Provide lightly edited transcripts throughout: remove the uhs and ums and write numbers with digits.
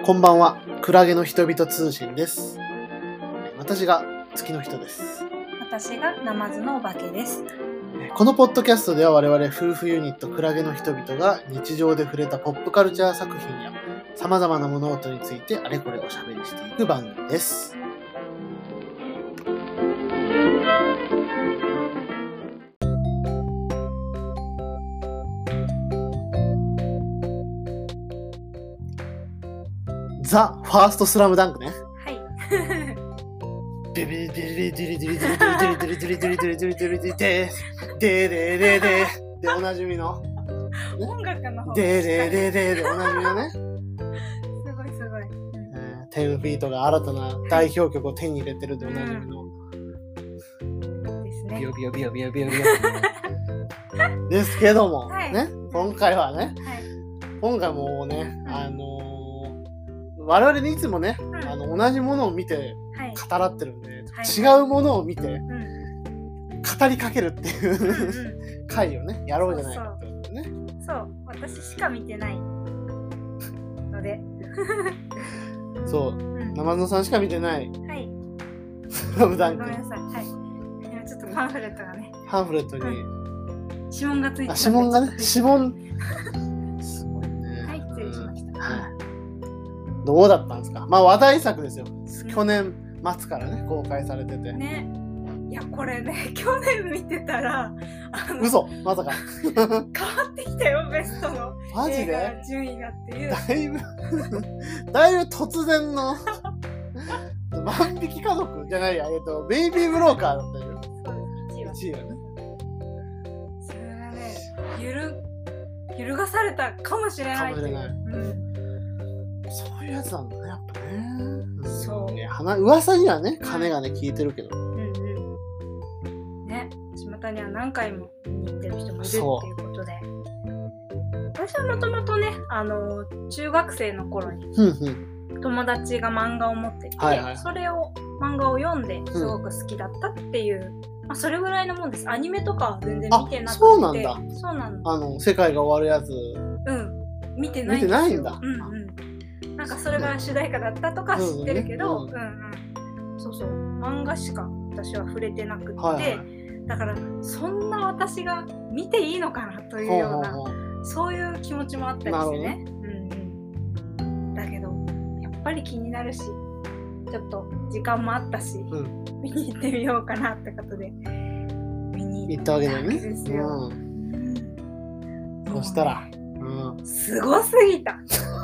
こんばんは、クラゲの人々通信です。私が月の人です。 私がナマズのお化けです。 このポッドキャストでは我々夫婦ユニットクラゲの人々が日常で触れたポップカルチャー作品や様々な物事についてあれこれおしゃべりしていく番組です。ザ・ファーストスラムダンクね。 はい。 ビビリビリビリビリビリビリビリビリビリビリビリビリビリビリでおなじみの音楽の方でおなじみのね。 すごいすごい。 10フィートが新たな代表曲を手に入れてるでおなじみの。 ですね。 ビヨビヨビヨビヨビヨビヨ。ですけども、ね、今回はね、今回もね、我々にいつもね、同じものを見て語らってるんで、違うものを見て語りかけるっていう回をね、やろうじゃないかってことね。 そう、私しか見てないので。 そう、ナマズノさんしか見てない。 はい。 スラムダンク。 ごめんなさい。はい。今ちょっとパンフレットがね。 パンフレットに指紋がついてる。 指紋がね、指紋。すごいね。 はい、失礼しました。 はい。どうだったんですか？まあ話題作ですよ。去年末からね公開されてて。 ね。いやこれね、去年見てたら嘘、まさか変わってきたよ、ベストのマジで順位がっていう。 だいぶ突然の万引き家族じゃないや、ベイビーブローカーだったよ。 そうです、 1位はね。 それがね、揺るがされたかもしれないっていう。 そういうやつなんだね、やっぱね。 そう。 噂にはね、金がね、聞いてるけど。 ね、巷には何回も見に行ってる人もいるっていうことで。私はもともとね、中学生の頃に友達が漫画を持ってて、それを漫画を読んですごく好きだったっていう、それぐらいのもんです。アニメとかは全然見てなくて。 そうなんだ。 そうなんだ。 世界が終わるやつ。 見てないんですよ。見てないんだ。なんかそれが主題歌だったとか知ってるけど、そうそう、漫画しか私は触れてなくって、だからそんな私が見ていいのかなというような、そういう気持ちもあったりしてね。だけどやっぱり気になるし、ちょっと時間もあったし、見に行ってみようかなってことで見に行ったわけですよ。 そしたらすごすぎた。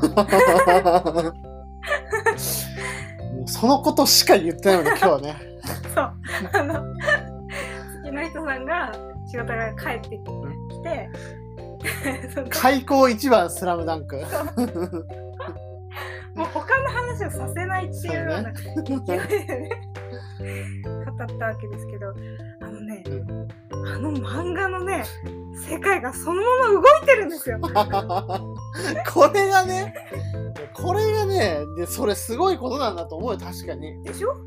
もうそのことしか言ってないので今日はね。 そう、月の人さんが仕事から帰ってきて、 開口一番スラムダンク。 もう他の話をさせないっていうような勢いでね語ったわけですけど、漫画のね、世界がそのまま動いてるんですよ。 これがね、でそれすごいことなんだと思うよ、確かに。 でしょ？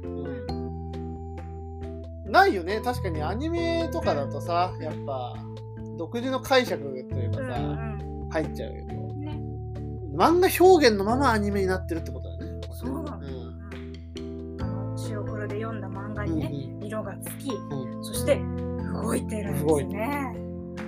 ないよね、確かにアニメとかだとさ、やっぱ独自の解釈というかさ、入っちゃうけど、漫画表現のままアニメになってるってことだね。 そうなの。白黒で読んだ漫画にね、色がつき、そして動いてるんですね。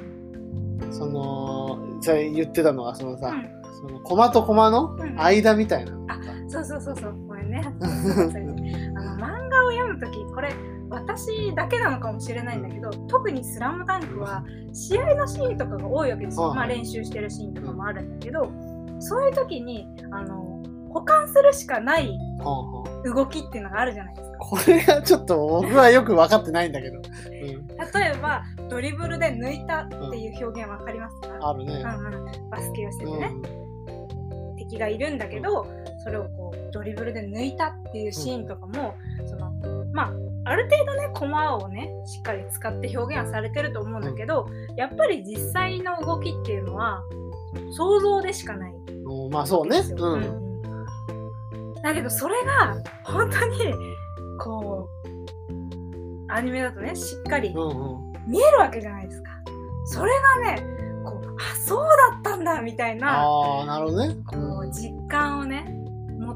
それ言ってたのはそのさ、そのコマとコマの間みたいな。 そう。これね。漫画を読むとき、これ私だけなのかもしれないんだけど、特にスラムダンクは試合のシーンとかが多いわけですよ。練習してるシーンとかもあるんだけど、そういう時に補完するしかない動きっていうのがあるじゃないですか。 これがちょっと僕はよく分かってないんだけど。 例えばドリブルで抜いたっていう表現分かりますか？あるね。バスケをしててね、敵がいるんだけど、それをこうドリブルで抜いたっていうシーンとかも、ある程度ね、コマをねしっかり使って表現はされてると思うんだけど、やっぱり実際の動きっていうのは想像でしかない。 そうね。 だけどそれが本当にこうアニメだとね、しっかり見えるわけじゃないですか。それがね、こうそうだったんだみたいな、 なるほどね。 こう実感をね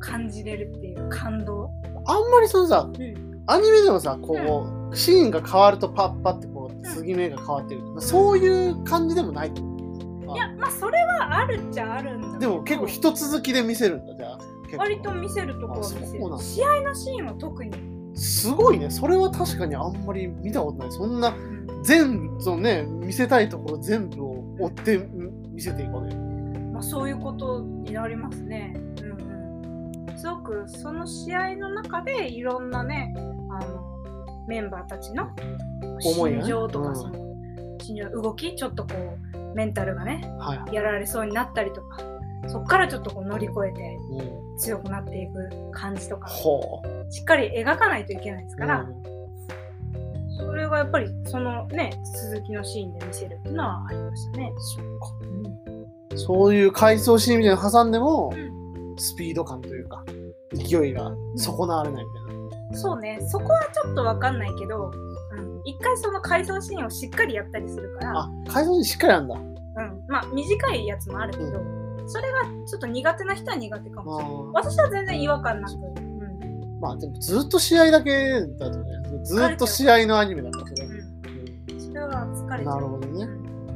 感じれるっていう感動。 あんまりそのさ、アニメでもさこう、シーンが変わるとパッパってこう継ぎ目が変わってる、そういう感じでもない。 いや、まあそれはあるっちゃあるんだけど、 でも結構一続きで見せるんだ。じゃあ割と見せるところは見せる。試合のシーンは特にすごいね。それは確かにあんまり見たことない。そんなそのね、見せたいところ全部を追って見せていくね。 まあそういうことになりますね。すごくその試合の中でいろんなね、メンバーたちの心情とか、その心情動き、ちょっとこうメンタルがね、やられそうになったりとか、そこからちょっとこう乗り越えて強くなっていく感じとか、しっかり描かないといけないですから、それがやっぱりそのね、続きのシーンで見せるっていうのはありましたね。 そういう回想シーンみたいなの挟んでも、スピード感というか勢いが損なわれないみたいな。 そうね、そこはちょっと分かんないけど、一回その回想シーンをしっかりやったりするから。 あ、回想シーンしっかりやんだ。 まあ短いやつもあるけど、それがちょっと苦手な人は苦手かもしれない。私は全然違和感なく。 まあでもずっと試合だけだとね、ずっと試合のアニメだからそれ。 それは疲れちゃう。 なるほどね。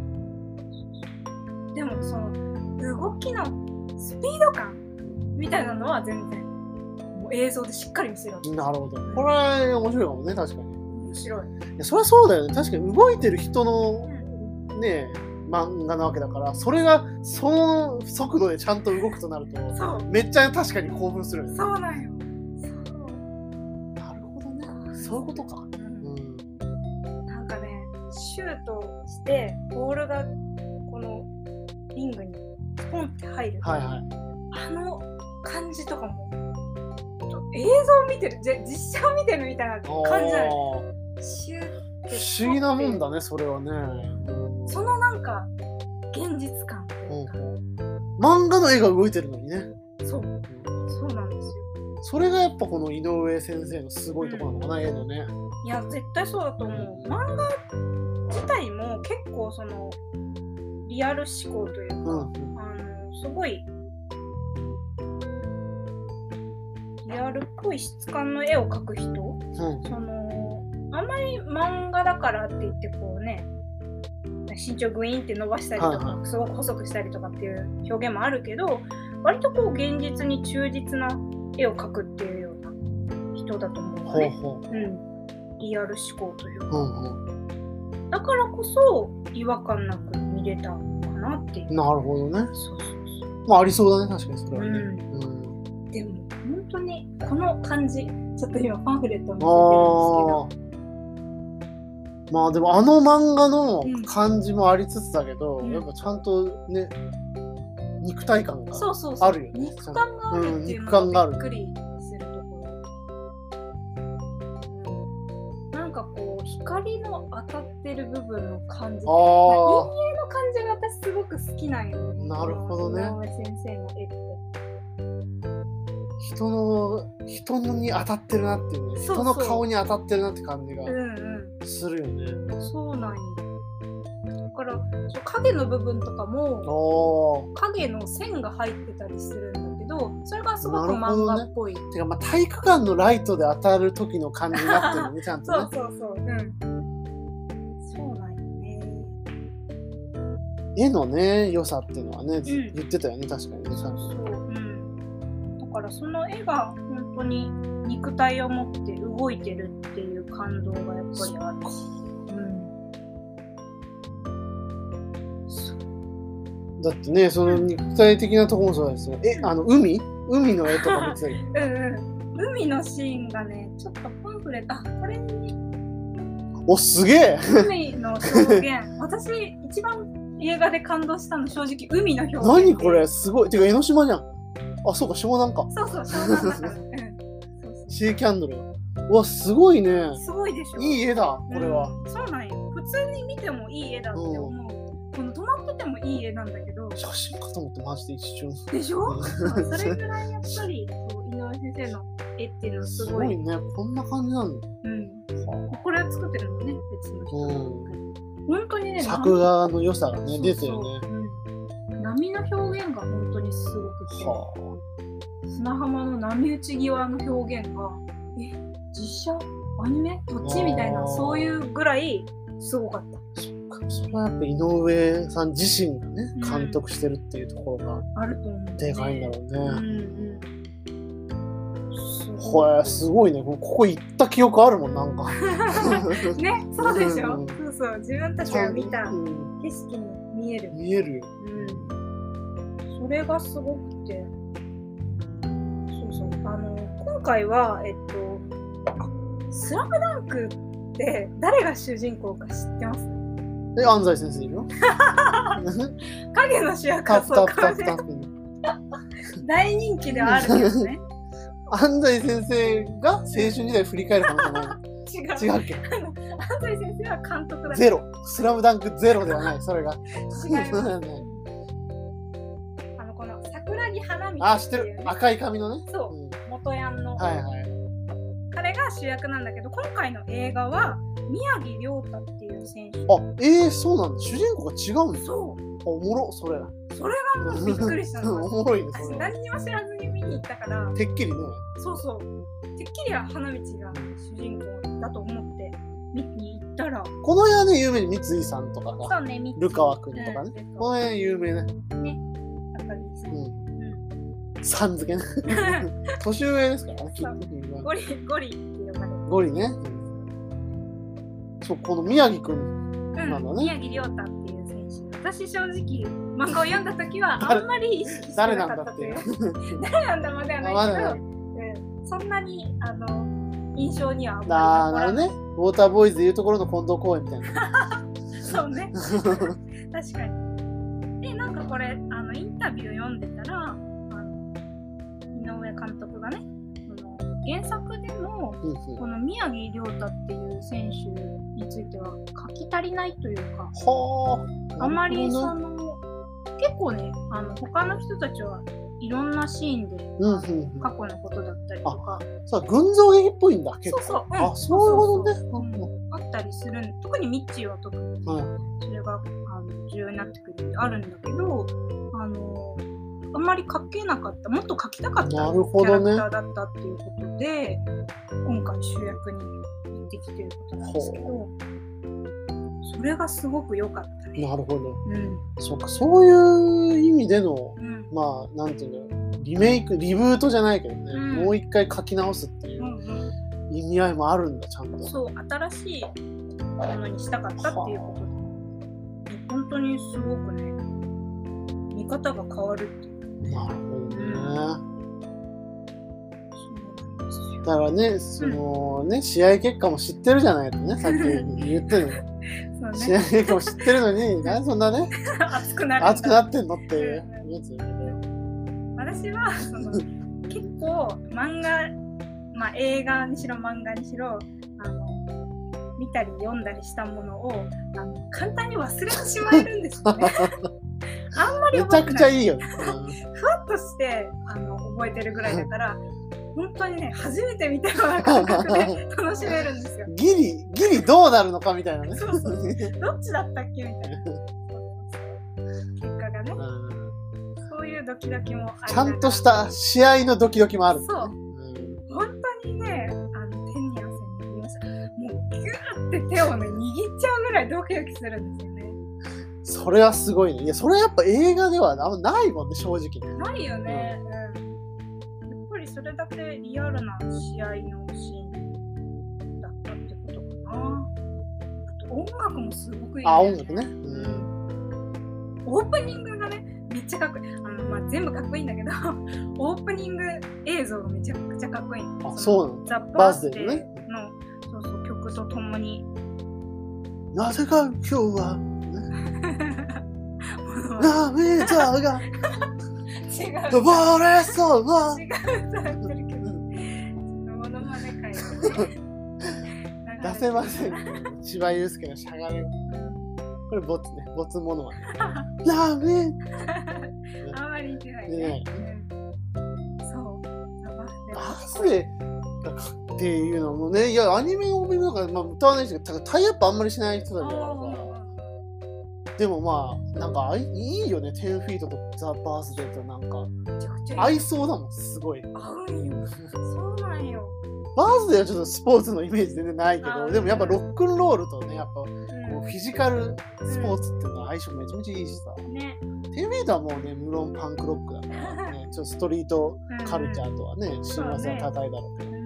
でもその動きのスピード感みたいなのは全然もう映像でしっかり見せる。 なるほど。これは面白いかもね、確かに。 面白い。 いや、そりゃそうだよね。確かに動いてる人のね、漫画なわけだから、それがその速度でちゃんと動くとなると、めっちゃ確かに興奮するよね。 そうなんよ。 なるほどね。そういうことか。 なんかね、シュートしてボールがこのリングにポンって入る。あの感じとかも映像を見てる、実写を見てるみたいな感じだよね。シューって不思議なもんだね、それはね。 そのなんか現実感というか、 漫画の絵が動いてるのにね。 そうなんですよ。 それがやっぱこの井上先生のすごいところなのかな、絵のね。 いや絶対そうだと思う。漫画自体も結構そのリアル思考というか、すごいリアルっぽい質感の絵を描く人、そのあんまり漫画だからって言ってこうね、身長グイーンって伸ばしたりとか、すごく細くしたりとかっていう表現もあるけど、割とこう現実に忠実な絵を描くっていうような人だと思うのね。リアル思考というか、だからこそ違和感なく見れたのかなっていう。 なるほどね。まあありそうだね、確かにそれはね。 でも本当にこの感じ、ちょっと今パンフレットを見てるんですけど、 まあでもあの漫画の感じもありつつだけど、やっぱちゃんとね、肉体感があるよね。 肉感があるっていうのがびっくりするところ。なんかこう光の当たってる部分の感じ、陰影の感じが私すごく好きなんよね。 なるほどね。 井上先生の絵って。 人に当たってるなっていうね、人の顔に当たってるなって感じがするよね。 そうなんよ。だから影の部分とかも影の線が入ってたりするんだけど、それがすごく漫画っぽい。 てかまあ体育館のライトで当たる時の感じになってるのね、ちゃんとね。 そうなんよね。 絵のね良さっていうのはね、言ってたよね、確かにね。 だからその絵が本当に肉体を持って動いてるっていう感動がやっぱりある。 だってね、その肉体的なところもそうですよ。海の絵とか見てたり。 海のシーンがね、ちょっとパンフレット、これに。 お、すげえ。 海の表現、私一番映画で感動したの正直海の表現。 何これ、すごい。てか江ノ島じゃん。あ、そうか、湘南か。 そう、湘南だから。 シーキャンドル。うわ、すごいね。 すごいでしょ。 いい絵だ、これは。 そうなんよ。普通に見てもいい絵だって思う。この止まっててもいい絵なんだけど。 写真かと思ってマジで一瞬。 でしょ？それぐらいやっぱり井上先生の絵っていうのはすごい。 すごいね、こんな感じなんだ。 これは作ってるのね、別の人。本当にね。 作画の良さがね、出てるね。 波の表現が本当にすごくて、 砂浜の波打ち際の表現が実写アニメどっちみたいな、そういうぐらいすごかった。 それはやっぱ井上さん自身がね、監督してるっていうところがあると思う、ね、 でかいんだろうね。すごいね。ここ行った記憶あるもん、なんか。 ね、そうでしょ。そうそう、自分たちが見た景色に見える。 見えるよ。 それがすごくて、そうそう、今回はスラムダンクって誰が主人公か知ってます？ 安西先生いるよ。 影の主役はそうかね。大人気ではあるけどね。 安西先生が青春時代振り返る話じゃない。違うっけ？安西先生は監督だ。 ゼロ。スラムダンクゼロではない。それが。 違います。この桜木花道。 あ、知ってる。赤い髪のね。 そう。元ヤンの。 はいはい。 彼が主役なんだけど、今回の映画は宮城リョータっていう選手。 そうなんだ。主人公が違うんだ。 そう。 おもろ、それがもうびっくりしたの。 おもろいね。 私何にも知らずに見に行ったから。 てっきりね。 そうそう。てっきりは花道が主人公だと思って見に行ったら。 この辺はね、有名に三井さんとかが。 そうね、 ルカワ君とかね。この辺有名ね。 ね。赤木さん。 さん付けね。年上ですからね、 ゴリって呼ばれる。 ゴリね。そう、この宮城君なんだね。 宮城リョータっていう選手。私正直漫画を読んだ時はあんまり意識してなかったという。誰なんだまではないけど、そんなに印象にはあんまり残らない。 ね。ウォーターボーイズでいうところの近藤公園みたいな。 そうね。確かに。で、なんかこれインタビュー読んでたら井上監督がね、原作でもこの宮城リョータっていう選手については書き足りないというか、あまり結構ね、他の人たちはいろんなシーンで過去のことだったりとか、 群像劇っぽいんだ。結構。 そうそう。そういうことね。 あったりする。特にミッチーは特にそれが重要になってくるんであるんだけど、あんまり書けなかった、もっと書きたかったキャラクターだったっていうことで、今回主役に行ってきてることなんですけど、それがすごく良かったね。 なるほど。そうか、そういう意味での、まあなんていうの、リメイク、リブートじゃないけどね、もう一回書き直すっていう意味合いもあるんだ、ちゃんと。 そう、新しいものにしたかったっていうことで、本当にすごくね、見方が変わるっていう。 なるほどね。だからね、試合結果も知ってるじゃないとね、さっき言ってるの。試合結果も知ってるのに、なんでそんなね、熱くなってんのっていうやつ。 私は結構漫画、映画にしろ漫画にしろ見たり読んだりしたものを簡単に忘れてしまえるんですよね。あんまりめちゃくちゃいいよね。 ふわっとして覚えてるぐらいだから本当にね、初めて見たような感覚で楽しめるんですよ。 ギリどうなるのかみたいなね。 そうそう。どっちだったっけみたいな。結果がね。そういうドキドキもある。 ちゃんとした試合のドキドキもある、ね。 そう。本当にね、手に汗握りました。もうギューって手をね、握っちゃうぐらいドキドキするんですよね。 それはすごいね。いや、それやっぱ映画ではあんまないもんね、正直ね。 ないよね。やっぱりそれだけリアルな試合のシーンだったってことかな。あと音楽もすごくいい、ね。 音楽ね。 オープニングがね、めっちゃかっこいい。全部かっこいいんだけど、オープニング映像がめちゃくちゃかっこいい。 そうなの。 ザ・バースデーのそう曲とともに。 なぜか今日は、涙が違う。 溺れそうな。 違う歌やってるけど、ちょっとモノマネ会出せません。千葉雄介のしゃがみ。これボツね、ボツモノマネ。ラーメン。 あんまり似てないね。そう。 バースデーっていうのもね、いやアニメのオープニングとか歌わない人がタイアップあんまりしない人だからさ。 でもまあなんかいいよね。10フィートとザ・バースデーとなんか合いそうだもん。すごい合うんよ。そうなんよ。 バースデーはちょっとスポーツのイメージ全然ないけど、でもやっぱロックンロールとね、やっぱこうフィジカルスポーツっていうのは相性めちゃめちゃいいしさ、 ね、 10フィートはもうね、無論パンクロックだからね、ちょっとストリートカルチャーとはね、親和性が高いだろうけど。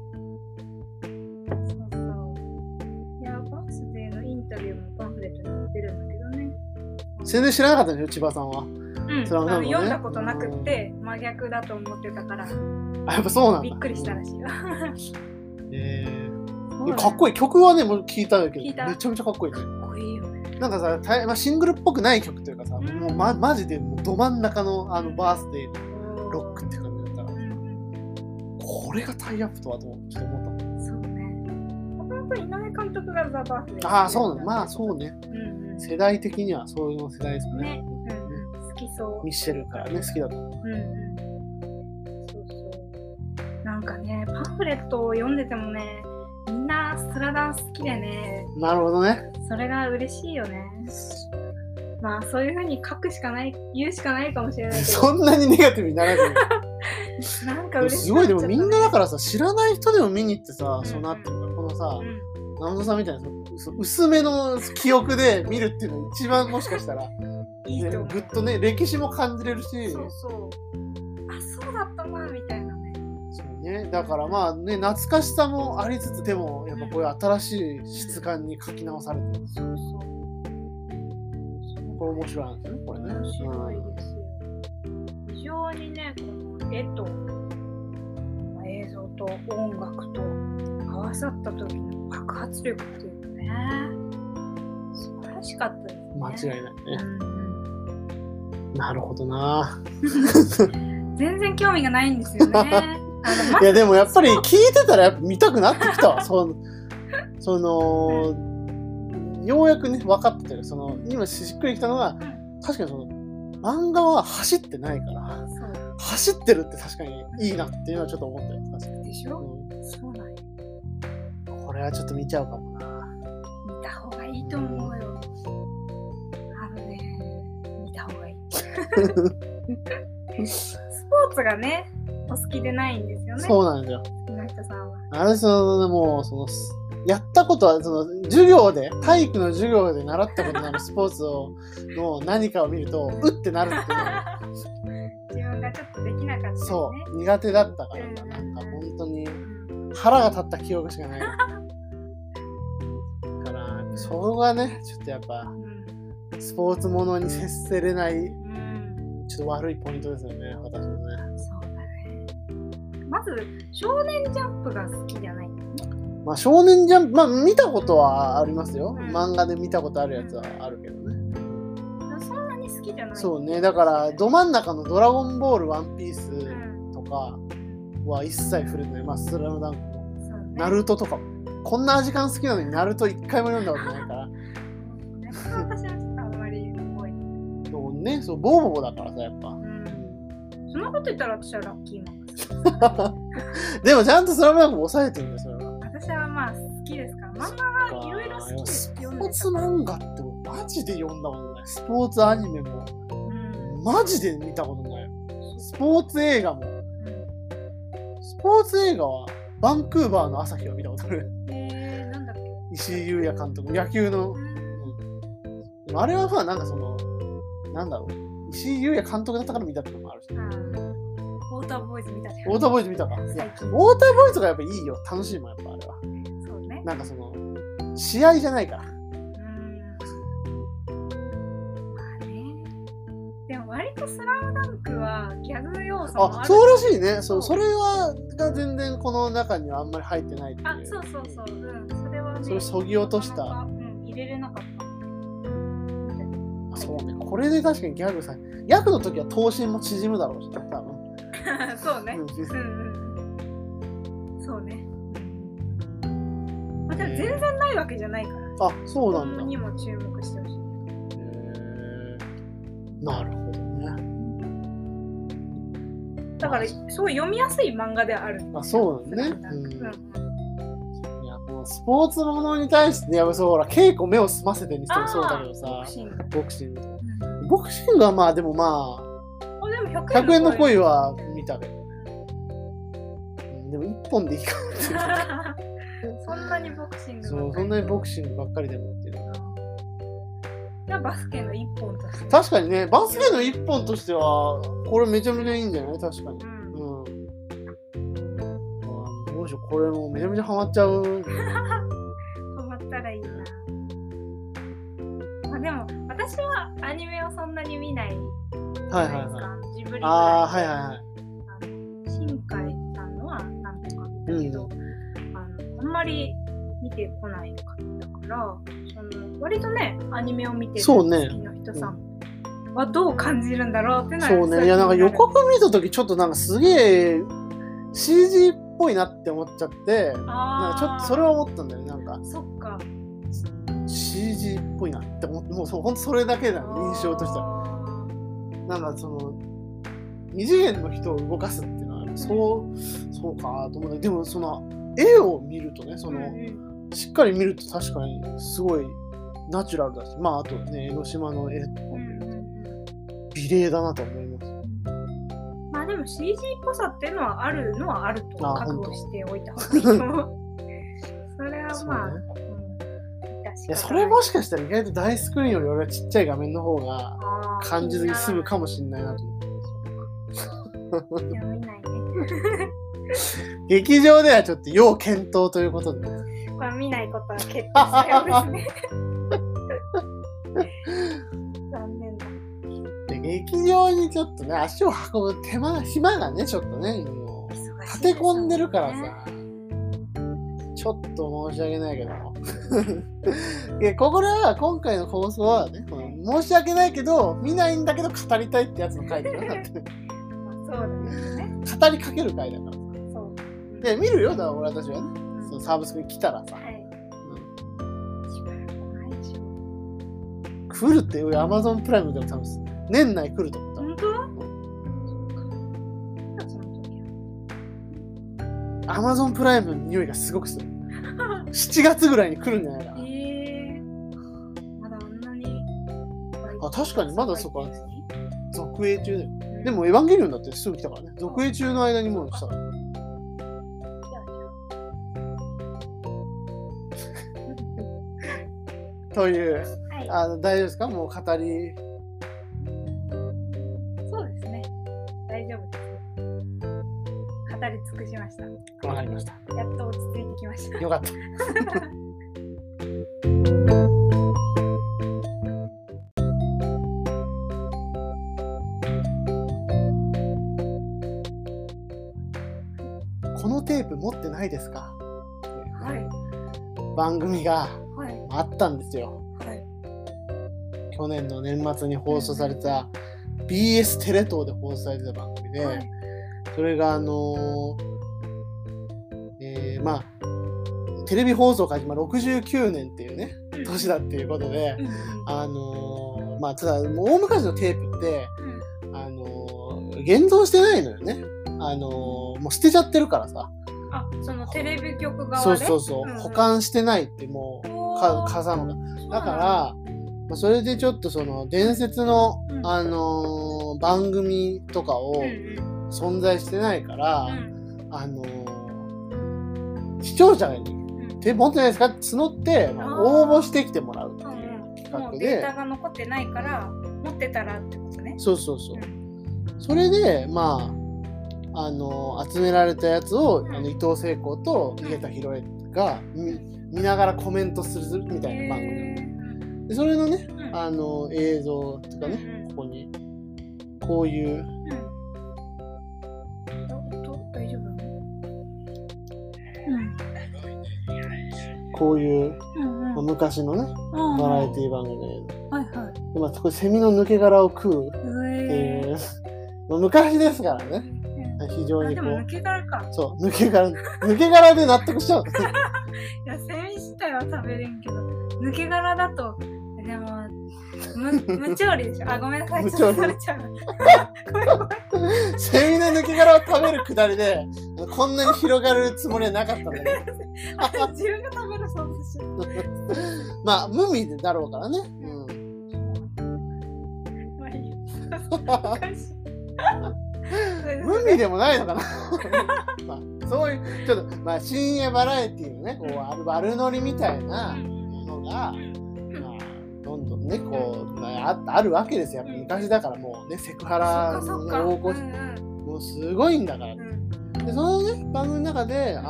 そうそう。いや、バースデーのインタビューもパンフレットに載ってるんだけどね。 全然知らなかったんですよ、千葉さんは。 読んだことなくって真逆だと思ってたから。 あ、やっぱそうなんだ。 びっくりしたらしいわ。 かっこいい。曲はね、もう聞いたけど、めちゃめちゃかっこいいね。 かっこいいよね。 なんかさ、シングルっぽくない曲というかさ、もうマジでもうど真ん中のバースデーのロックって感じだったから、これがタイアップとはとちょっと思ったもん。 そうね。本当に井上監督がザ・バースデー。 ああ、そうなの。まあそうね。世代的にはそういう世代ですね。 好きそう。 ミッシェルからね、好きだと思う。 そうそう。なんかね、パンフレットを読んでてもね、みんなスラダン好きでね。 なるほどね。 それが嬉しいよね。まあそういう風に書くしかない、言うしかないかもしれないけど。 そんなにネガティブにならずに。 なんか嬉しい。 すごい、でもみんなだからさ、知らない人でも見に行ってさ、そうなってるから、このさ、ナムさんみたいな薄めの記憶で見るっていうのが一番もしかしたら、 いいと思う。 ぐっとね、歴史も感じれるし。 そうそう。あ、そうだったな、みたいなね。 そうね。だからまあね、懐かしさもありつつ、でも、やっぱこういう新しい質感に書き直されてる。 そうそう。 これ面白いんですよね、これね。 面白いですよ。非常にね、この絵と映像と音楽と合わさった時の爆発力っていうのね、素晴らしかったですね。 間違いないね。なるほどな。 全然興味がないんですよね。 いやでもやっぱり聞いてたらやっぱ見たくなってきたわ。ようやくね分かってる。今しっくりきたのは、確かに漫画は走ってないから、走ってるって確かにいいなっていうのはちょっと思ったよ。確かに。 でしょ？そうなんよ。 これはちょっと見ちゃうかもな。 見た方がいいと思うよ。見た方がいい。スポーツがね、お好きでないんですよね。 そうなんですよ。 木下さんは。 私もうやったことは授業で体育の授業で習ったことのあるスポーツの何かを見るとうってなるっていうの自分がちょっとできなかった、ね。 そう苦手だったからなんか本当に腹が立った記憶しかない。だからそこがねちょっとやっぱ、スポーツものに接せれない、ちょっと悪いポイントですよね、私のね。 そうだね。まず少年ジャンプが好きじゃないんだよね。 まあ少年ジャンプ、まあ見たことはありますよ。漫画で見たことあるやつはあるけどね。 そんなに好きじゃない。 そうね、だからど真ん中のドラゴンボール、ワンピースとかは一切触れてない。まあスラムダンクも、ナルトとかも。こんな時間好きなのにナルト一回も読んだことないから。 私はちょっとあんまり覚えてない。 そうね、ボーボボだからさ、やっぱ。 そんなこと言ったら私はラッキーマン。 でもちゃんとスラムダンクも抑えてるんだよ、それは。 私はまあ好きですから。漫画はいろいろ好きですよ。 スポーツ漫画ってマジで読んだことない。スポーツアニメも、マジで見たことない。スポーツ映画も。スポーツ映画はバンクーバーの朝日を見たことある。 なんだっけ？ 石井裕也監督、野球の。でもあれはまあなんかなんだろう。石井裕也監督だったから見たってのもあるし。 ウォーターボーイズ見たじゃん。 ウォーターボーイズ見たか。ウォーターボーイズがやっぱいいよ。楽しいもん、やっぱあれは。 そうね。 なんか試合じゃないから。まあね。でも割とスラムダンクはギャグ要素もある。 そうらしいね。それが全然この中にはあんまり入ってないっていう。 そう。それはね。 それそぎ落とした。 入れれなかった。 そうね。これで確かにギャグの時は頭身も縮むだろうし、多分。 そうね。そうね。まあ、でも全然ないわけじゃないから。 あ、そうなんだ。 にも注目してほしい。 なるほどね。だからすごい読みやすい漫画ではある。 あ、そうなんね。いや、もうスポーツものに対して、いや、そう、ほら、稽古目を澄ませてにしてもそうだけどさ、ボクシング。ボクシングはまあ、でもまあ、 でも 100円の恋は見たけどね。でも1本でいいかなってそんなにボクシングそう、そんなにボクシングばっかりでもっていうの。 じゃあバスケの1本として。 確かにね、バスケの1本としては、これめちゃめちゃいいんじゃない？確かに。どうしよう、これもうめちゃめちゃハマっちゃう。 ハマったらいいな。まあでも、私はアニメをそんなに見ない。ジブリぐらい。新海さんのは何とか見たけど、あんまり見てこないかったから、割とね、アニメを見てる好きな人さんはどう感じるんだろうってのは。 そうね、いや、なんか予告見たときちょっとなんかすげえ CG っぽいなって思っちゃって、なんかちょっとそれは思ったんだよね、なんか。 そっか。 CG っぽいなって思って、もうほんとそれだけだね、印象としては。なんか二次元の人を動かすっていうのは、そうかと思うんだけど、でもその絵を見るとね、しっかり見ると確かにすごいナチュラルだし、まああとね、江ノ島の絵とか見ると美麗だなと思います。 まあでも CG っぽさっていうのはあるのはあると覚悟しておいた方がいいと思う。それはまあ、 いや、それもしかしたら意外と大スクリーンより俺はちっちゃい画面の方が感じずに済むかもしれないなと思って。 いや、見ないね。 劇場ではちょっと要検討ということで、 これ見ないことは決定したようですね。残念だ。 で、劇場にちょっとね、足を運ぶ暇がね、ちょっとね、もう立て込んでるからさ、ちょっと申し訳ないけど。これは今回の放送はね、申し訳ないけど、見ないんだけど語りたいってやつの回だなって。 そうですね。 語りかける回だから。そう。で、見るよ、だから私はね。そのサービスに来たらさ。来るって、Amazon プライムでも多分年内来ると思った。 本当？Amazon プライムの匂いがすごくする。7月ぐらいに来るんじゃないかな。 まだあんなに。 確かにまだそこは続映中だよ。でもエヴァンゲリオンだってすぐ来たからね。続映中の間にもうしたから。という、大丈夫ですか？もう語り。 そうですね。大丈夫です。語り尽くしました。 わかりました。 やっと落ち着いてきました。 よかった。このテープ持ってないですか？番組があったんですよ。去年の年末に放送された BS テレ東で放送されてた番組で、それがまあテレビ放送開始69年っていうね年だっていうことで、まあただ大昔のテープって現像してないのよね。もう捨てちゃってるからさ。 そのテレビ局側で。 そう、保管してないってもう風間が。だから、それでちょっとその伝説の、番組とかを存在してないから、視聴者にテープ持ってないですかって募って、応募してきてもらうっていう企画で。 もうデータが残ってないから持ってたらってことね。 そう。それで集められたやつを、伊藤聖子と井桁弘恵が見ながらコメントするみたいな番組で、それのね、映像とかね、ここにこういう、 大丈夫？ こういう、昔のね、バラエティ番組で、これセミの抜け殻を食うっていう昔ですからね。非常にでも抜け殻か。 そう、抜け殻で納得しちゃう。 いや、セミ自体は食べれんけど、抜け殻だと、でも、無調理でしょ。ごめんなさい、ちょっと食べちゃう。 セミの抜け殻を食べるくだりで、こんなに広がるつもりはなかったんだけど。 自分が食べるそうですよ。 まあ無味だろうからね。 まあいいよ。 無味でもないのかな。まあ、そういうちょっとまあ深夜バラエティのね、こう悪ノリみたいなものが、まあどんどんねこう、あるわけですよ。やっぱ昔だからもうねセクハラの横行して、もうすごいんだから。でそのね番組の中で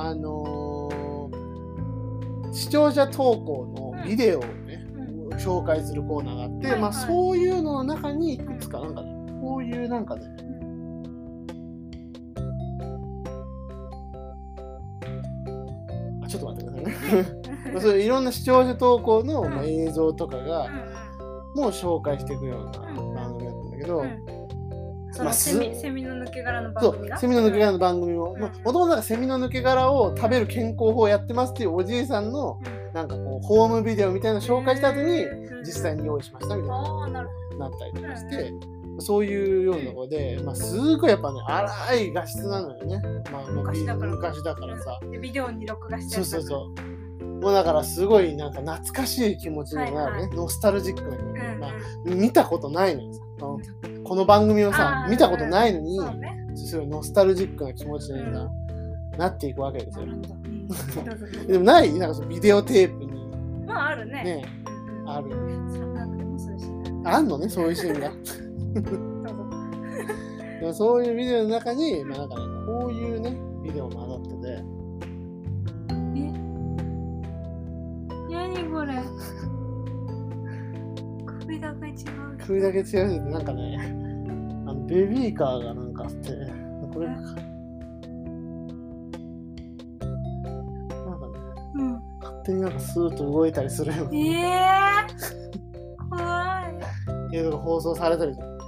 視聴者投稿のビデオをね、紹介するコーナーがあって、まあそういうのの中にいくつかなんかね、こういうなんかね。ちょっと待ってくださいね。そういういろんな視聴者投稿の、映像とかが、もう紹介していくような番組だったんだけど、 セミの抜け殻の番組がセミの抜け殻の番組を、もともとセミの抜け殻を食べる健康法をやってますっていうおじいさんの、なんかこうホームビデオみたいなのを紹介した後に、実際に用意しましたみたいななったりとかして、そういうようなところで、すごいやっぱね、荒い画質なのよね。昔だからさ。 ビデオに録画してる。 そう。もうだからすごいなんか懐かしい気持ちになるね。ノスタルジックな、見たことないのにさ。この番組をさ、見たことないのに、すごいノスタルジックな気持ちになっていくわけですよ。でもないなんかそのビデオテープに。 まああるね。 ある。あんのね、そういうシーンが。そういうビデオの中に、なんかね、こういうね、ビデオも混ざってて。 何これ首だけ違う。 首だけ違うってなんかね、ベビーカーがなんかあって、これなんかね、勝手になんかスーッと動いたりするよ。 怖い。 映像が放送されたりとか。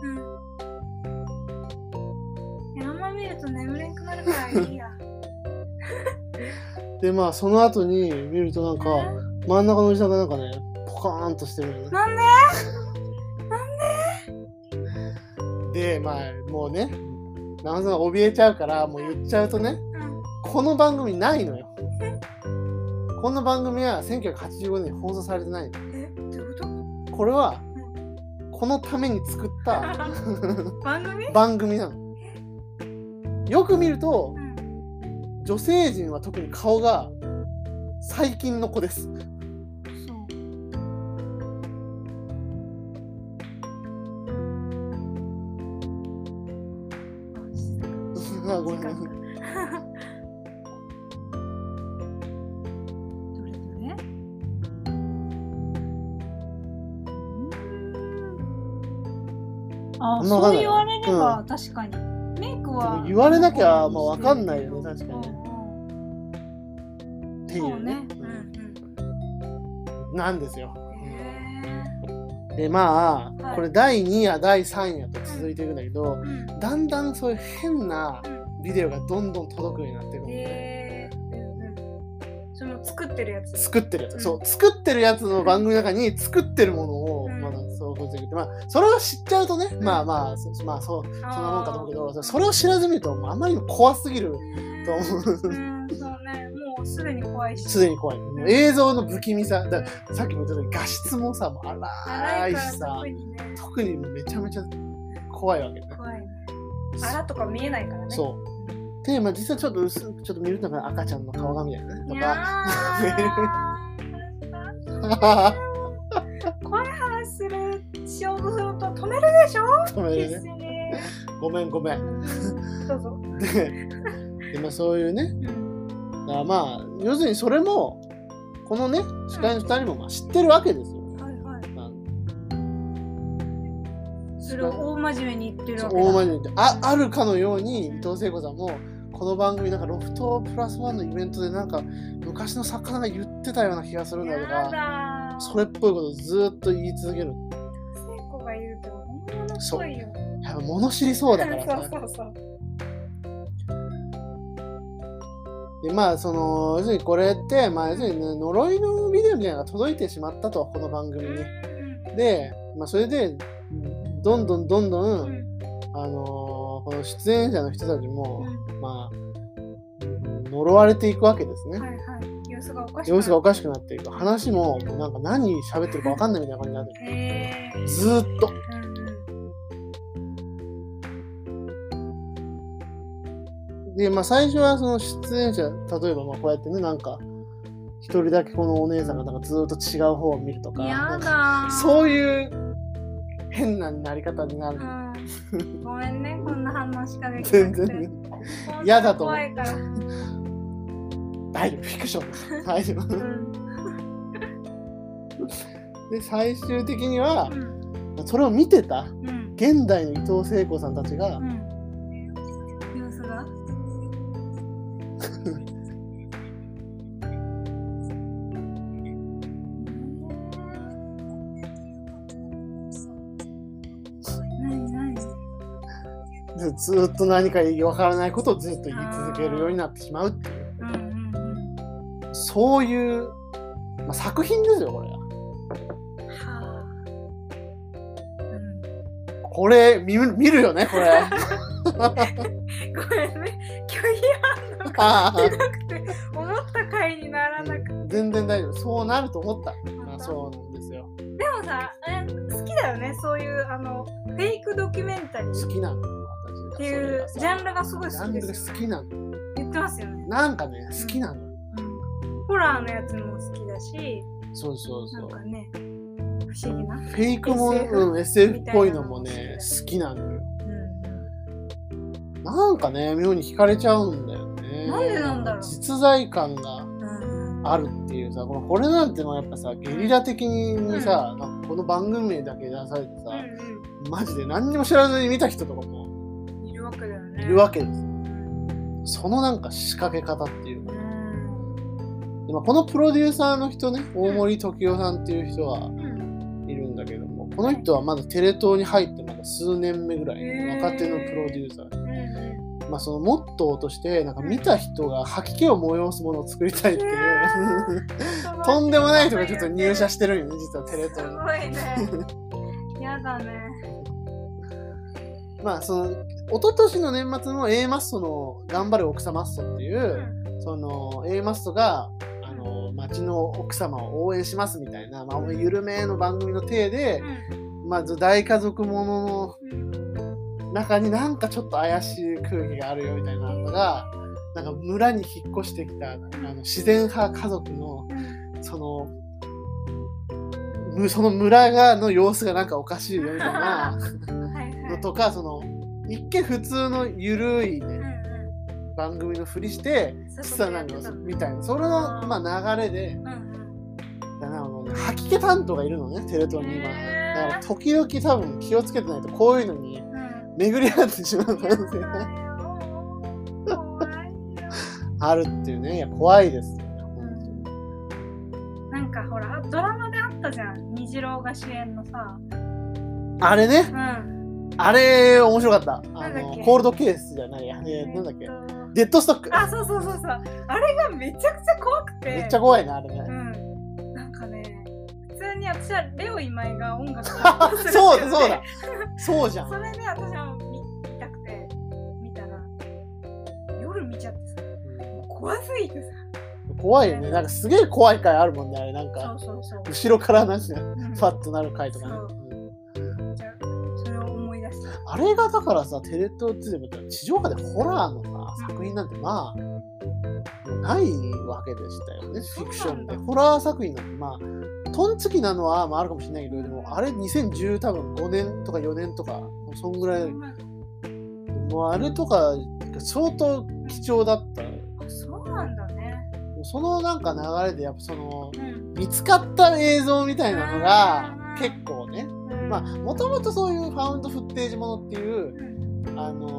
あんま見ると眠れんくなるからいいや。 でその後に見るとなんか真ん中のおじさんがなんかねポカーンとしてるよね。 なんでもうね長澤が怯えちゃうからもう言っちゃうとね、この番組ないのよ。この番組は1985年に放送されてないの。 どういうこと？ これはこのために作った番組なの。よく見ると、女性陣は特に顔が最近の子です。ごめん。 どれどれ？そう言われれば確かに。メイクは言われなきゃわかんないよね、確かに。っていうね。なんですよ。でこれ第2夜第3夜と続いていくんだけど、だんだんそういう変なビデオがどんどん届くようになっていくので、 その作ってるやつ、 そう作ってるやつの番組の中に作ってるものを想像していく。それを知っちゃうとね、そんなもんかと思うけど、それを知らず見るとあまりにも怖すぎると思う。 そうね、もうすでに怖いし。 すでに怖い。映像の不気味さ、さっきも言ったように画質もさ、もう荒いしさ、特にめちゃめちゃ怖いわけね。 怖いね。荒とか見えないからね。 そう。で、実はちょっと見ると赤ちゃんの顔がみたいなね。とか。 怖い話しようとすると止めるでしょ？ 止めるね。ごめん。 どうぞ。 で、そういうね。だから要するにそれもこのね司会の2人も知ってるわけですよ。 それを大真面目に言ってるわけだ。 大真面目にあるかのように伊藤聖子さんもこの番組なんかロフトプラスワンのイベントでなんか昔の作家が言ってたような気がするんだとか、それっぽいことをずっと言い続ける。 聖子が言うと本物っぽいよ。 やっぱ物知りそうだからさ。 そう。 で要するにこれって要するに、呪いのビデオみたいなのが届いてしまったと、この番組に。で、それでどんどんこの出演者の人たちも、呪われていくわけですね。 要様子がおかしくなっていく。話もなんか何喋ってるか分かんないみたいな感じになってる。ずーっと。で、まあ最初はその出演者、例えばまあこうやってね、なんか一人だけこのお姉さんがなんかずーっと違う方を見るとか、 やだそういう変ななり方になる。 ごめんね、こんな反応しかできなくて。 全然嫌だと思う。 怖いから。 大丈夫、フィクションです。大丈夫。で、最終的には、それを見てた、現代の伊藤聖子さんたちが、 様子がずっと何かわからないことをずっと言い続けるようになってしまうっていう、そういう、まあ、作品ですよこれは。これ見るよねこれ。 ごめんね、拒否反応がひどくて思った回にならなくて。 全然大丈夫、そうなると思った。まあ、そうなんですよ。 でもさ、好きだよね、そういうフェイクドキュメンタリー。 好きなの私っていうジャンルがすごい好きですよね。 ジャンルが好きなの。 言ってますよね。 なんかね、好きなの。 ホラーのやつも好きだし、 そうそうそう。 なんかね、不思議な。 フェイクも SF っぽいのもね、好きなのよ。なんかね、妙に惹かれちゃうんだよね。 なんでなんだろう。 実在感があるっていうさ、これなんてのはやっぱさ、ゲリラ的にさ、なんかこの番組名だけ出されてさ、マジで何にも知らずに見た人とかもいるわけだよね。 いるわけですよ。そのなんか仕掛け方っていうか。でこのプロデューサーの人ね、大森時生さんっていう人がいるんだけども、この人はまだテレ東に入ってまだ数年目ぐらい、若手のプロデューサーで、まあそのモットーとしてなんか見た人が吐き気を催すものを作りたいっていうとんでもない人がちょっと入社してるよね、実はテレ東に。 すごいね。やだね。 まあその一昨年の年末の A マストの頑張る奥様マストっていう、その A マストが町の奥様を応援しますみたいな、まあ、緩めの番組の体で、まず大家族ものの中になんかちょっと怪しい空気があるよみたいなのが、なんか村に引っ越してきた自然派家族のその村の様子がなんかおかしいよみたいなのとか、その一見普通の緩いね、番組のふりして実はなんかみたいな、それのまあ流れで、吐き気担当がいるのね、テレ東に今。だから時々多分気をつけてないとこういうのに巡り合ってしまう可能性があるっていうね。いや怖いですよね、 なんかほらドラマであったじゃん、虹郎が主演のさ、 あれね、あれ面白かった。コールドケースじゃないや、なんだっけ、デッドストック。 あ、そうそうそうそう。あれがめちゃくちゃ怖くて。 めっちゃ怖いな、あれね。 なんかね、普通に私はレオ今井が音楽をするそうだ、そうだ。そうじゃん。 それで私は見たくて、見たら、夜見ちゃってさ、怖すぎてさ。 怖いよね。なんかすげえ怖い回あるもんね、あれ。なんか、後ろからなんかファッとなる回とかね。あれがだからさ、テレ東って地上波でホラーのさ、作品なんてまあないわけでしたよね。フィクションでホラー作品なんてまあトンツキなのはまああるかもしれないけど、でもあれ2010多分5年とか4年とかそんぐらい、もうあれとか相当貴重だった。 そうなんだね。 そのなんか流れでやっぱその、見つかった映像みたいなのが結構ね。まあもともとそういうファウンドフッテージものっていうなんだ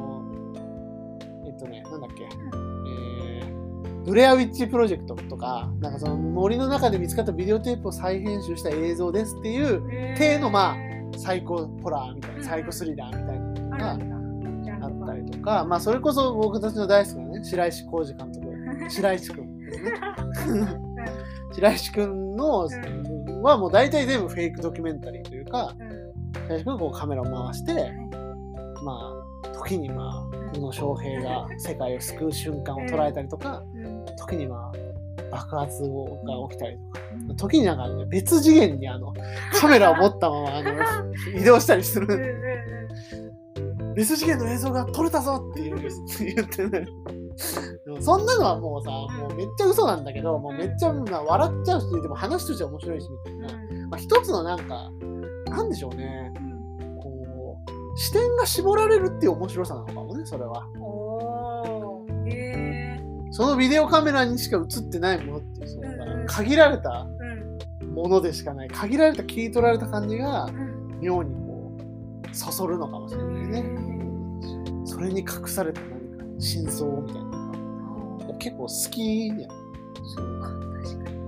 っけ、ブレアウィッチプロジェクトとか、なんかその森の中で見つかったビデオテープを再編集した映像ですっていう体のまあサイコホラーみたいな、サイコスリラーみたいなのがあったりとか、まあそれこそ僕たちの大好きなね、白石浩二監督、白石くんですね。白石くんのはもう大体全部フェイクドキュメンタリーというか、白石くんがこうカメラを回して、まあ時にまあ宇野昌平が世界を救う瞬間を捉えたりとか、時にまあ爆発が起きたりとか、時になんか、ね、別次元にカメラを持ったまま移動したりする。別次元の映像が撮れたぞって言ってね。でもそんなのはもうさ、もうめっちゃ嘘なんだけど、もうめっちゃ笑っちゃうし、でも話としては面白いしみたいな。一つのなんか、なんでしょうね。こう、視点が絞られるっていう面白さなのかもね、それは。そのビデオカメラにしか映ってないものっていう、限られたものでしかない、限られた切り取られた感じが、妙にこう、そそるのかもしれないね。それに隠された何か真相みたいなのが結構好きやん。 そうか、確かに。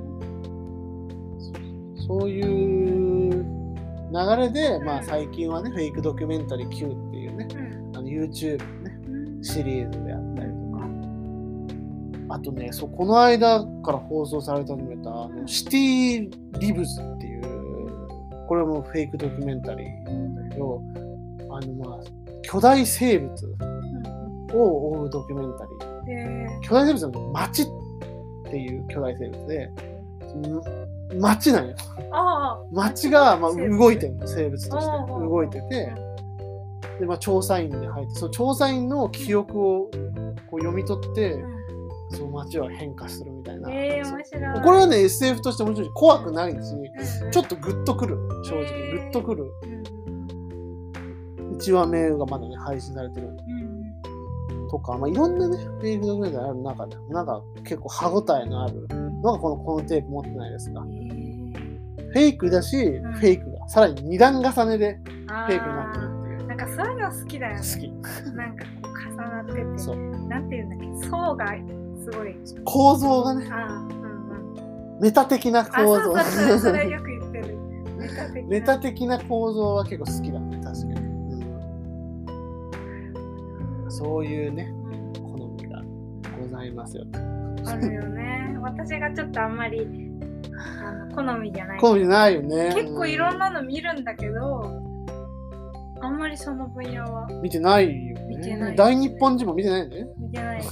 そういう流れで、まあ最近はね、フェイクドキュメンタリー Q っていうね、YouTube のね、シリーズであったりとか、あとね、この間から放送され始めたシティリブズっていう、これもフェイクドキュメンタリーなんだけど、巨大生物を追うドキュメンタリー。巨大生物の街っていう巨大生物で、街なんよ。街が動いてるの、生物として動いてて、で調査員に入って、その調査員の記憶をこう読み取って、その街は変化するみたいな。 面白い。 これはね SF として面白いし、怖くないし、ちょっとグッとくる、正直グッとくる。1話目がまだね配信されてるとか、いろんなねフェイクドキュメンタリーある中で、なんか結構歯応えのあるのがこのテープ持ってないですか。フェイクだし、フェイクがさらに2段重ねでフェイクになってるっていう。 なんかそういうの好きだよね。 好き。 なんかこう重なってて、そうなんていうんだっけ、層がすごい。 構造がね。メタ的な構造。 それよく言ってる。 メタ的な構造は結構好きだね、確かに。そういうね、好みがございますよ。 あるよね。私がちょっとあんまり好みじゃない。 好みじゃないよね。 結構いろんなの見るんだけど、あんまりその分野は見てないよね。見てない。大日本人も見てないよね。 見てないです。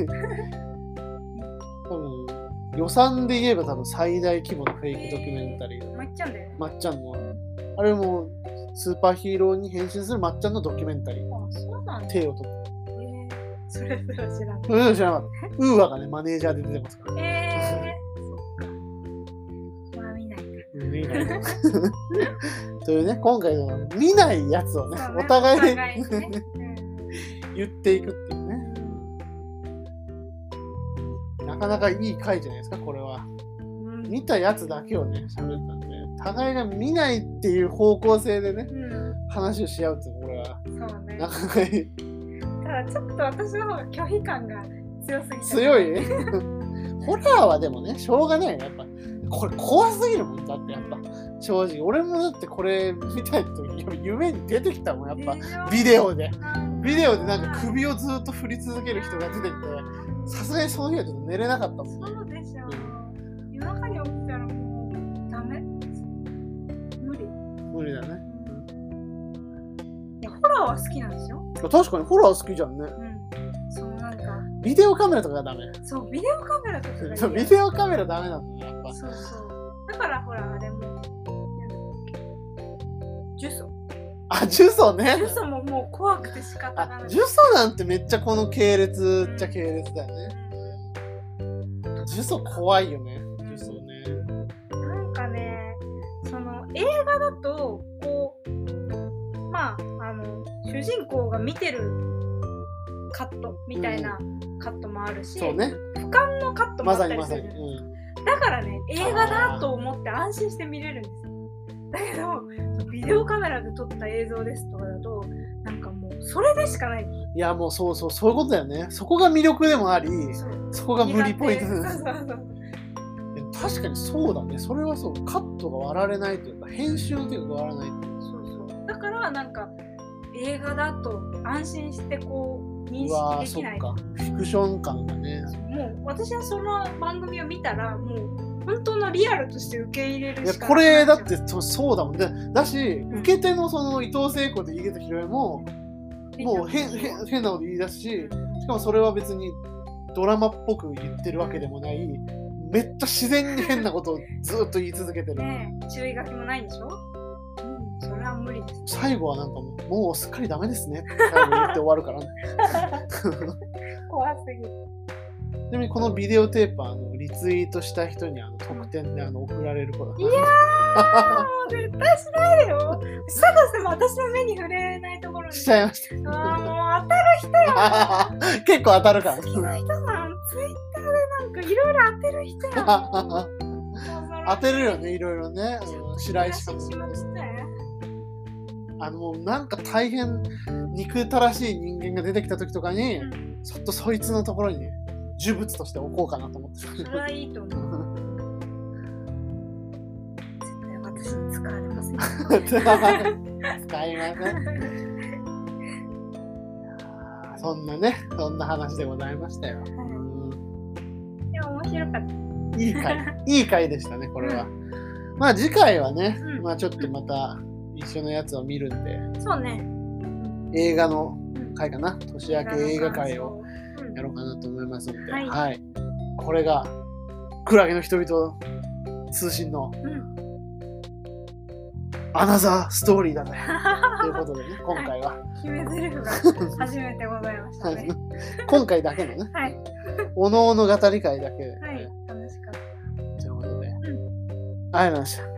多分予算で言えば多分最大規模のフェイクドキュメンタリー。 まっちゃんだよね。 まっちゃんのあれもスーパーヒーローに変身するまっちゃんのドキュメンタリー。 そうなんだ。 手を取って。 それ知らない。 それ知らなかった。ウーアがねマネージャーで出てますから。 そっか。まあ見ないか。 見ない。というね、今回の見ないやつをね、お互いで言っていくっていうね。なかなかいい回じゃないですか、これは。見たやつだけをね、喋ったんで、互いが見ないっていう方向性でね、話をし合うっていうのは、これは、なかなかいい。 ただちょっと私の方が拒否感が強すぎて。 強いホラーはでもね、しょうがないよ、やっぱ。これ怖すぎるもんだって、やっぱ。正直。俺もだってこれ見たいと夢に出てきたもん、やっぱ。ビデオで。ビデオでなんか首をずっと振り続ける人が出てきて、さすがにその日はちょっと寝れなかったもんね。 そうでしょ。夜中に起きたらもうダメ。 無理だね。 いや、ホラーは好きなんですよ。 確かにホラー好きじゃんね。 そうなんか。 ビデオカメラとかがダメ。 そう、ビデオカメラとかがそう、ビデオカメラダメなんだね、やっぱ。 そう。だからほら、あれも。ジュソ。 ジュソね。 ジュソももう怖くて仕方がない。 ジュソなんてめっちゃこの系列っちゃ系列だよね。ジュソ怖いよね。ジュソね。 なんかね、その映画だとこう主人公が見てるカットみたいなカットもあるし、 そうね。 俯瞰のカットもあったりする。 まさに。 だからね、映画だと思って安心して見れるんですよ。だけどビデオカメラで撮った映像ですとかだとなんかもうそれでしかない。 いやもうそういうことだよね。そこが魅力でもあり、そこが無理ポイントです。確かにそうだね。それはそう。カットが割られないというか編集の手が割らないというか。 そうだからなんか映画だと安心してこう認識できない。 そっか。フィクション感がね。 もう私はその番組を見たらもう本当のリアルとして受け入れるしかない。 これだってそうだもんね。だし、受け手のその伊藤聖子と井桁弘恵ももう変なこと言い出すし、しかもそれは別にドラマっぽく言ってるわけでもない、 めっちゃ自然に変なことをずっと言い続けてる。 ねえ、注意書きもないでしょ。それは無理です。 最後はなんかもうすっかりダメですねって最後言って終わるからね。 怖すぎる。 ちなみにこのビデオテープリツイートした人に特典で送られること。 いやー、もう絶対しないでよ。したとしても私の目に触れないところにしちゃいました。 もう当たる人や。 結構当たるから。 好きな人さん、ツイッターでなんかいろいろ当てる人や。 当てるよね、いろいろね。白石さんもうなんか大変憎たらしい人間が出てきた時とかに、ちょっとそいつのところに呪物として置こうかなと思ってる。 それはいいと思う。絶対私に使われません。 使いません。そんな話でございましたよ。 いや、面白かった。 いい回でしたね、これは。まあ次回はね、まあちょっとまた一緒のやつを見るんで。 そうね。 映画の回かな。年明け映画会をやろうかなと思いますので、はい。これがクラゲの人々通信のアナザーストーリーだね。ということでね、今回は。 決め台詞が初めてございましたね。 今回だけのね。 はい。 おのおの語り会だけで。 はい。楽しかった。 ということで、ありがとうございました。